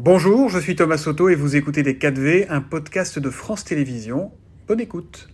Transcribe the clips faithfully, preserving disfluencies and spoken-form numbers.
Bonjour, je suis Thomas Soto et vous écoutez Les quatre V, un podcast de France Télévisions. Bonne écoute.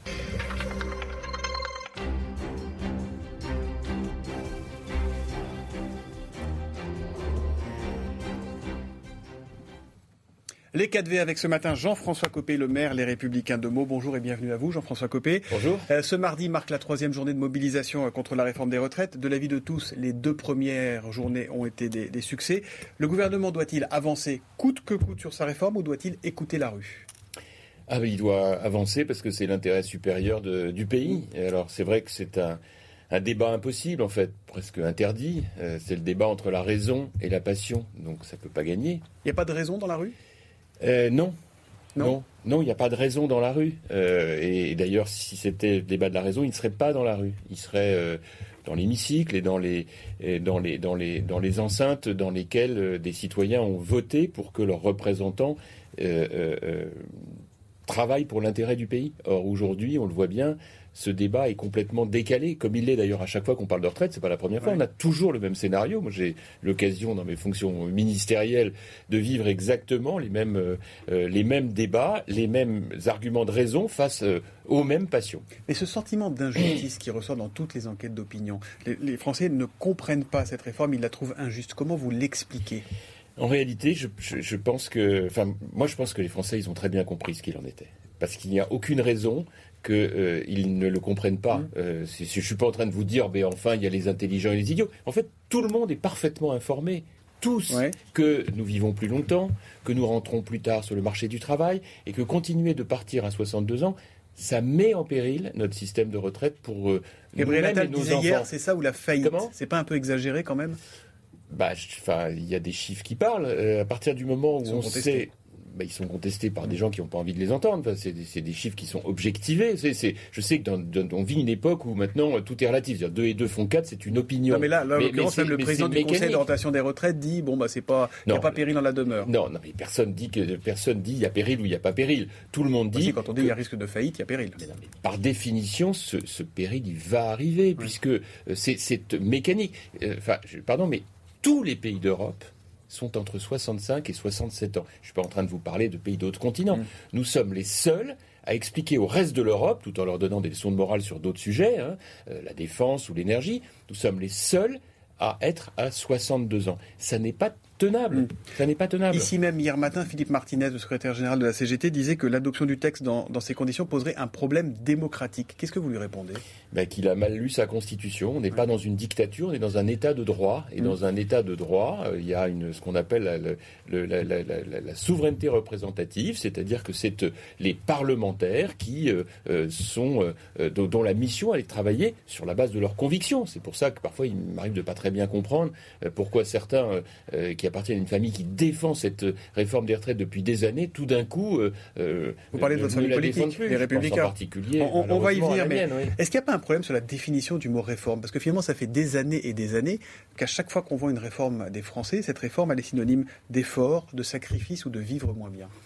Les quatre V avec ce matin Jean-François Copé, le maire Les Républicains de Meaux. Bonjour et bienvenue à vous Jean-François Copé. Bonjour. Euh, ce mardi marque la troisième journée de mobilisation contre la réforme des retraites. De l'avis de tous, les deux premières journées ont été des, des succès. Le gouvernement doit-il avancer coûte que coûte sur sa réforme ou doit-il écouter la rue ? Ah ben, il doit avancer parce que c'est l'intérêt supérieur de, du pays. Et alors c'est vrai que c'est un, un débat impossible en fait, presque interdit. Euh, c'est le débat entre la raison et la passion, donc ça ne peut pas gagner. Il n'y a pas de raison dans la rue ? Euh, non. Non, non, il n'y a pas de raison dans la rue. Euh, et, et d'ailleurs, si c'était le débat de la raison, il ne serait pas dans la rue. Il serait euh, dans l'hémicycle et dans les, et dans les, dans les, dans les enceintes dans lesquelles euh, des citoyens ont voté pour que leurs représentants euh, euh, euh, travaillent pour l'intérêt du pays. Or, aujourd'hui, on le voit bien, ce débat est complètement décalé, comme il l'est d'ailleurs à chaque fois qu'on parle de retraite. C'est pas la première fois. Ouais. On a toujours le même scénario. Moi, j'ai l'occasion dans mes fonctions ministérielles de vivre exactement les mêmes, euh, les mêmes débats, les mêmes arguments de raison face euh, aux mêmes passions. Mais ce sentiment d'injustice qui ressort dans toutes les enquêtes d'opinion, les, les Français ne comprennent pas cette réforme, ils la trouvent injuste. Comment vous l'expliquez ? En réalité, je, je, je pense que, enfin, moi, je pense que les Français, ils ont très bien compris ce qu'il en était, parce qu'il n'y a aucune raison qu'ils euh, ne le comprennent pas. Mmh. Euh, je ne suis pas en train de vous dire, mais enfin, il y a les intelligents et les idiots. En fait, tout le monde est parfaitement informé, tous, ouais. que nous vivons plus longtemps, que nous rentrons plus tard sur le marché du travail, et que continuer de partir à soixante-deux ans, ça met en péril notre système de retraite pour euh, Gabriel nous-mêmes Attal et nos disait enfants. Hier, c'est ça ou la faillite ? Comment ? C'est pas un peu exagéré quand même ? Bah, enfin, il y a des chiffres qui parlent. Euh, à partir du moment où on contestés. sait, bah, ils sont contestés par des gens qui n'ont pas envie de les entendre. Enfin, c'est, c'est des chiffres qui sont objectivés. C'est, c'est, je sais que dans, dans, on vit une époque où maintenant tout est relatif. C'est-à-dire deux et deux font quatre, c'est une opinion. Non, mais là, là mais, en l'occurrence, même le président du mécanique. Conseil d'orientation des retraites dit bon bah c'est pas, il n'y a pas péril dans la demeure. Non, non, mais personne dit que personne dit il y a péril ou il n'y a pas péril. Tout le monde dit. Aussi, quand on dit il y a risque de faillite, il y a péril. Mais non, mais par définition, ce, ce péril il va arriver oui. puisque euh, c'est, c'est mécanique. Enfin, euh, pardon, mais tous les pays d'Europe sont entre soixante-cinq et soixante-sept ans. Je ne suis pas en train de vous parler de pays d'autres continents. Mmh. Nous sommes les seuls à expliquer au reste de l'Europe, tout en leur donnant des leçons de morale sur d'autres sujets, hein, euh, la défense ou l'énergie, nous sommes les seuls à être à soixante-deux ans. Ça n'est pas tenable. Mmh. Ça n'est pas tenable. Ici même, hier matin, Philippe Martinez, le secrétaire général de la C G T, disait que l'adoption du texte dans, dans ces conditions poserait un problème démocratique. Qu'est-ce que vous lui répondez ? Ben, qu'il a mal lu sa constitution. On n'est ouais. pas dans une dictature, on est dans un état de droit. Et mmh. dans un état de droit, euh, il y a une, ce qu'on appelle la, la, la, la, la, la, la souveraineté représentative, c'est-à-dire que c'est euh, les parlementaires qui euh, euh, sont, euh, dont la mission est de travailler sur la base de leurs convictions. C'est pour ça que parfois il m'arrive de pas très bien comprendre euh, pourquoi certains euh, qui appartiennent à une famille qui défend cette réforme des retraites depuis des années, tout d'un coup, euh, vous parlez de votre famille politique, plus, les Républicains. En particulier, on, on va y venir, mais mienne, oui. Est-ce qu'il n'y a pas un problème sur la définition du mot réforme ? Parce que finalement, ça fait des années et des années qu'à chaque fois qu'on voit une réforme des Français, cette réforme elle est synonyme d'effort, de sacrifice ou de vivre moins bien.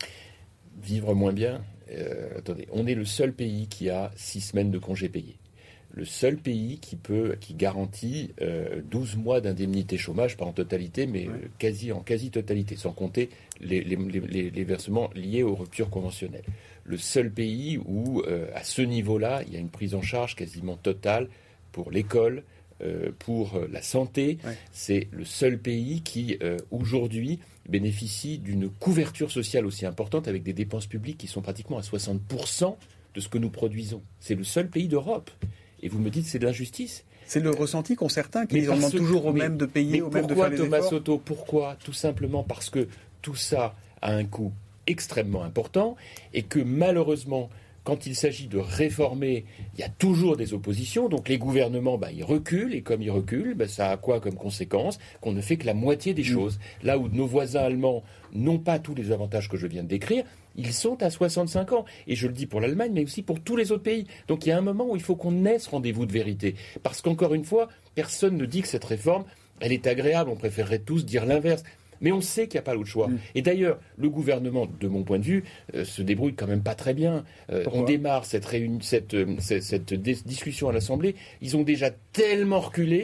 Vivre moins bien. Euh, attendez, on est le seul pays qui a six semaines de congés payés. Le seul pays qui peut, qui garantit euh, douze mois d'indemnité chômage, pas en totalité, mais ouais. euh, quasi en quasi-totalité, sans compter les, les, les, les versements liés aux ruptures conventionnelles. Le seul pays où, euh, à ce niveau-là, il y a une prise en charge quasiment totale pour l'école, euh, pour la santé. Ouais. C'est le seul pays qui, euh, aujourd'hui, bénéficie d'une couverture sociale aussi importante avec des dépenses publiques qui sont pratiquement à soixante pour cent de ce que nous produisons. C'est le seul pays d'Europe. Et vous me dites c'est de l'injustice. C'est le ressenti qu'ont certains qui en demandent toujours aux mêmes de payer, aux mêmes de faire les efforts. Pourquoi Thomas Soto ? Pourquoi ? Tout simplement parce que tout ça a un coût extrêmement important et que malheureusement, quand il s'agit de réformer, il y a toujours des oppositions. Donc les gouvernements, bah, ils reculent et comme ils reculent, bah, ça a quoi comme conséquence ? Qu'on ne fait que la moitié des choses. Là où nos voisins allemands n'ont pas tous les avantages que je viens de décrire, ils sont à soixante-cinq ans. Et je le dis pour l'Allemagne, mais aussi pour tous les autres pays. Donc il y a un moment où il faut qu'on ait ce rendez-vous de vérité. Parce qu'encore une fois, personne ne dit que cette réforme, elle est agréable. On préférerait tous dire l'inverse. Mais on sait qu'il n'y a pas l'autre choix. Mmh. Et d'ailleurs, le gouvernement, de mon point de vue, euh, se débrouille quand même pas très bien. Euh, on démarre cette, réuni- cette, euh, cette, cette dis- discussion à l'Assemblée. Ils ont déjà tellement reculé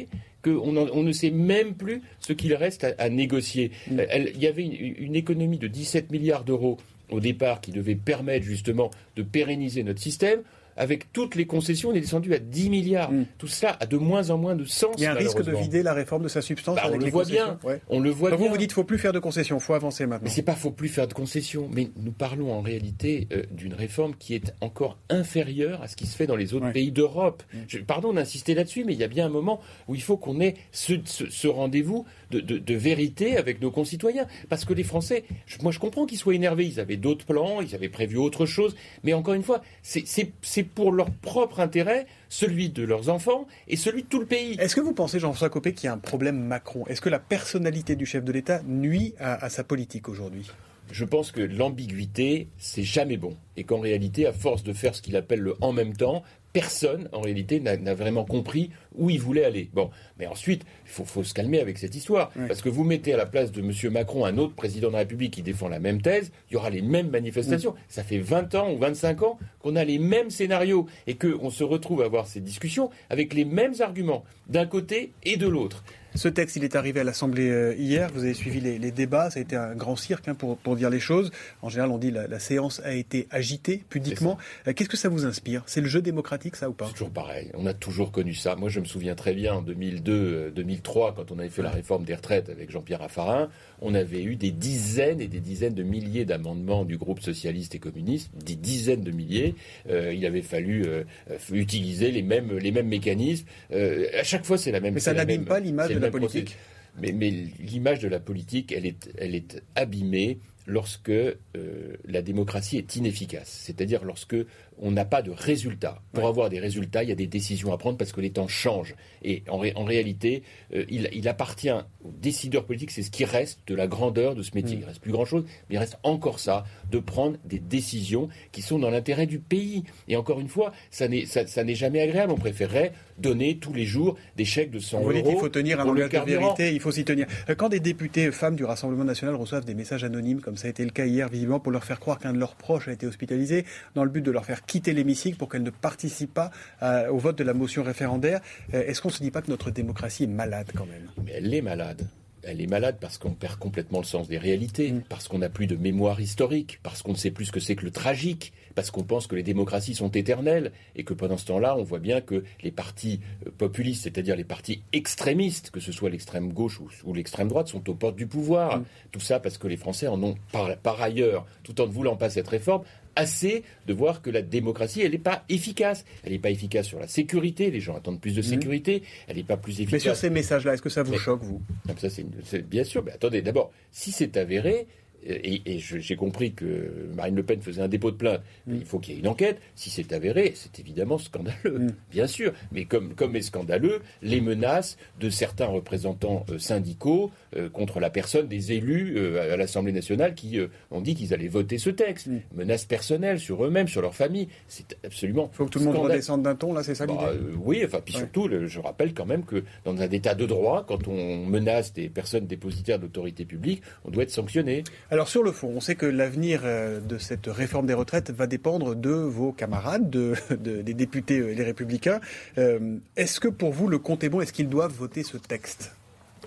qu'on on ne sait même plus ce qu'il reste à, à négocier. Mmh. Elle, il y avait une, une économie de dix-sept milliards d'euros au départ qui devait permettre justement de pérenniser notre système. Avec toutes les concessions, on est descendu à dix milliards. Mmh. Tout cela a de moins en moins de sens. Il y a un risque de vider la réforme de sa substance. Bah, avec on le les voit concessions. bien. Ouais. On le voit Donc bien. Vous vous dites qu'il ne faut plus faire de concessions, il faut avancer maintenant. Mais c'est pas faut plus faire de concessions. Mais nous parlons en réalité euh, d'une réforme qui est encore inférieure à ce qui se fait dans les autres ouais. pays d'Europe. Mmh. Je, pardon d'insister là-dessus, mais il y a bien un moment où il faut qu'on ait ce, ce, ce rendez-vous de, de, de vérité avec nos concitoyens. Parce que les Français, je, moi je comprends qu'ils soient énervés. Ils avaient d'autres plans, ils avaient prévu autre chose. Mais encore une fois, c'est, c'est, c'est pour leur propre intérêt, celui de leurs enfants et celui de tout le pays. Est-ce que vous pensez, Jean-François Copé, qu'il y a un problème Macron ? Est-ce que la personnalité du chef de l'État nuit à, à sa politique aujourd'hui ? Je pense que l'ambiguïté, c'est jamais bon. Et qu'en réalité, à force de faire ce qu'il appelle le « en même temps », personne, en réalité, n'a, n'a vraiment compris où il voulait aller. Bon, mais ensuite, il faut, faut se calmer avec cette histoire. Oui. Parce que vous mettez à la place de M. Macron un autre président de la République qui défend la même thèse, il y aura les mêmes manifestations. Oui. Ça fait vingt ans ou vingt-cinq ans qu'on a les mêmes scénarios et qu'on se retrouve à avoir ces discussions avec les mêmes arguments, d'un côté et de l'autre. Ce texte, il est arrivé à l'Assemblée euh, hier. Vous avez suivi les, les débats. Ça a été un grand cirque hein, pour, pour dire les choses. En général, on dit la, la séance a été agitée pudiquement. Euh, qu'est-ce que ça vous inspire ? C'est le jeu démocratique, ça ou pas ? C'est toujours pareil. On a toujours connu ça. Moi, je me souviens très bien en deux mille deux, deux mille trois, quand on avait fait la réforme des retraites avec Jean-Pierre Raffarin, on avait eu des dizaines et des dizaines de milliers d'amendements du groupe socialiste et communiste, des dizaines de milliers. Euh, il avait fallu euh, utiliser les mêmes, les mêmes mécanismes. Euh, à chaque fois, c'est la même. Mais ça n'abîme pas l'image de la politique. Mais, mais l'image de la politique, elle est, elle est abîmée lorsque euh, la démocratie est inefficace. C'est-à-dire lorsque on n'a pas de résultats. Pour ouais. avoir des résultats, il y a des décisions à prendre parce que les temps changent. Et en, ré, en réalité, euh, il, il appartient aux décideurs politiques, c'est ce qui reste de la grandeur de ce métier. Mmh. Il ne reste plus grand-chose, mais il reste encore ça, de prendre des décisions qui sont dans l'intérêt du pays. Et encore une fois, ça n'est, ça, ça n'est jamais agréable. On préférerait donner tous les jours des chèques de cent euros. Vous dites qu'il faut tenir un langage de vérité, il faut s'y tenir. Quand des députés femmes du Rassemblement national reçoivent des messages anonymes, comme ça a été le cas hier, visiblement, pour leur faire croire qu'un de leurs proches a été hospitalisé, dans le but de leur faire quitter l'hémicycle pour qu'elles ne participent pas euh, au vote de la motion référendaire. Euh, est-ce qu'on ne se dit pas que notre démocratie est malade quand même ? Mais elle est malade. Elle est malade parce qu'on perd complètement le sens des réalités, mmh. parce qu'on n'a plus de mémoire historique, parce qu'on ne sait plus ce que c'est que le tragique, parce qu'on pense que les démocraties sont éternelles et que pendant ce temps-là, on voit bien que les partis populistes, c'est-à-dire les partis extrémistes, que ce soit l'extrême gauche ou, ou l'extrême droite, sont aux portes du pouvoir. Mmh. Tout ça parce que les Français en ont par, par ailleurs, tout en ne voulant pas cette réforme, assez de voir que la démocratie, elle n'est pas efficace. Elle n'est pas efficace sur la sécurité, les gens attendent plus de sécurité, mmh. elle n'est pas plus efficace. Mais sur ces messages-là, est-ce que ça vous mais, choque, vous ? ça, c'est, c'est, bien sûr, mais attendez, d'abord, si c'est avéré, et, et je, j'ai compris que Marine Le Pen faisait un dépôt de plainte, mmh. il faut qu'il y ait une enquête. Si c'est avéré, c'est évidemment scandaleux, mmh. bien sûr. Mais comme, comme est scandaleux, les menaces de certains représentants euh, syndicaux euh, contre la personne des élus euh, à l'Assemblée nationale qui euh, ont dit qu'ils allaient voter ce texte. Mmh. Menaces personnelles sur eux-mêmes, sur leur famille. C'est absolument Il faut que tout le monde redescende d'un ton, là, c'est ça l'idée ? bah, euh, Oui, enfin, puis ouais. surtout, le, je rappelle quand même que dans un état de droit, quand on menace des personnes dépositaires de l'autorité publique, on doit être sanctionné. Alors sur le fond, on sait que l'avenir de cette réforme des retraites va dépendre de vos camarades, de, de, des députés et les Républicains. Euh, est-ce que pour vous le compte est bon ? Est-ce qu'ils doivent voter ce texte ?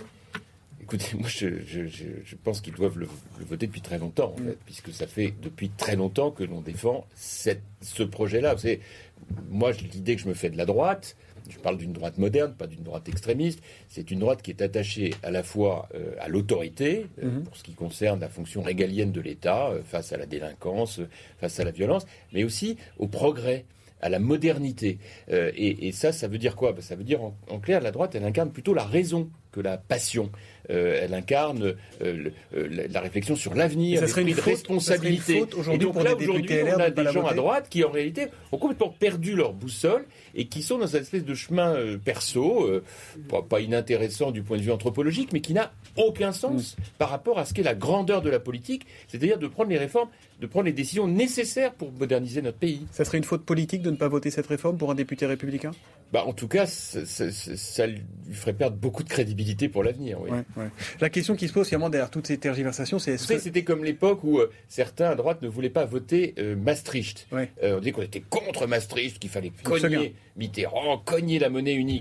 Écoutez, moi je, je, je, je pense qu'ils doivent le, le voter depuis très longtemps, en mmh. fait, puisque ça fait depuis très longtemps que l'on défend cette, ce projet-là. Vous savez, moi l'idée que je me fais de la droite, je parle d'une droite moderne, pas d'une droite extrémiste. C'est une droite qui est attachée à la fois euh, à l'autorité, euh, mmh. pour ce qui concerne la fonction régalienne de l'État, euh, face à la délinquance, euh, face à la violence, mais aussi au progrès, à la modernité. Euh, et, et ça, ça veut dire quoi ? Ben, ça veut dire, en, en clair, la droite, elle incarne plutôt la raison que la passion. Euh, elle incarne euh, le, euh, la réflexion sur l'avenir, l'esprit de responsabilité. Et donc là, aujourd'hui, on a des gens à droite qui, en réalité, ont complètement perdu leur boussole et qui sont dans cette espèce de chemin euh, perso, euh, pas, pas inintéressant du point de vue anthropologique, mais qui n'a aucun sens mmh. par rapport à ce qu'est la grandeur de la politique, c'est-à-dire de prendre les réformes, de prendre les décisions nécessaires pour moderniser notre pays. Ça serait une faute politique de ne pas voter cette réforme pour un député républicain ? Bah, en tout cas, ça, ça, ça lui ferait perdre beaucoup de crédibilité pour l'avenir. Oui. Ouais, ouais. La question qui se pose finalement derrière toutes ces tergiversations, c'est... Est-ce Vous savez, que... c'était comme l'époque où euh, certains à droite ne voulaient pas voter euh, Maastricht. Ouais. Euh, on disait qu'on était contre Maastricht, qu'il fallait cogner Mitterrand, cogner la monnaie unique.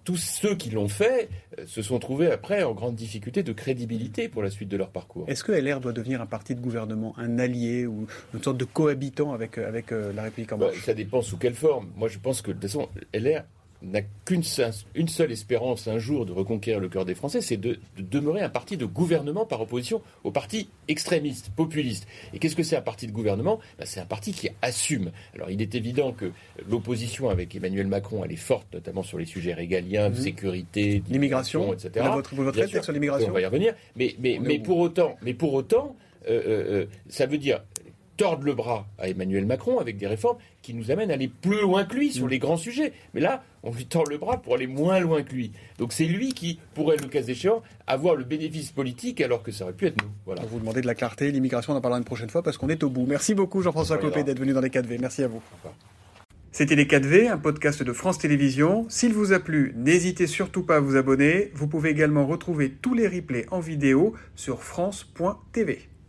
tous ceux qui l'ont fait euh, se sont trouvés après en grande difficulté de crédibilité pour la suite de leur parcours. Est-ce que L R doit devenir un parti de gouvernement, un allié ou une sorte de cohabitant avec, avec euh, La République En Marche ? Bah, ça dépend sous quelle forme. Moi, je pense que de toute façon, L R n'a qu'une une seule espérance un jour de reconquérir le cœur des Français, c'est de, de demeurer un parti de gouvernement par opposition au parti extrémiste, populiste. Et qu'est-ce que c'est un parti de gouvernement ? Ben, c'est un parti qui assume. Alors il est évident que l'opposition avec Emmanuel Macron, elle est forte, notamment sur les sujets régaliens, mmh. de sécurité, l'immigration, et cetera. La, votre votre retraite sur l'immigration. On va y revenir. Mais, mais, mais, pour autant, mais pour autant, euh, euh, ça veut dire tordre le bras à Emmanuel Macron avec des réformes qui nous amènent à aller plus loin que lui sur les grands sujets. Mais là, on lui tord le bras pour aller moins loin que lui. Donc c'est lui qui pourrait, le cas échéant, avoir le bénéfice politique alors que ça aurait pu être nous. Voilà. On vous demandez de la clarté, l'immigration, on en parlera une prochaine fois parce qu'on est au bout. Merci beaucoup Jean-François Copé d'être venu dans les quatre V. Merci à vous. C'était Les quatre V, un podcast de France Télévisions. S'il vous a plu, n'hésitez surtout pas à vous abonner. Vous pouvez également retrouver tous les replays en vidéo sur France point T V.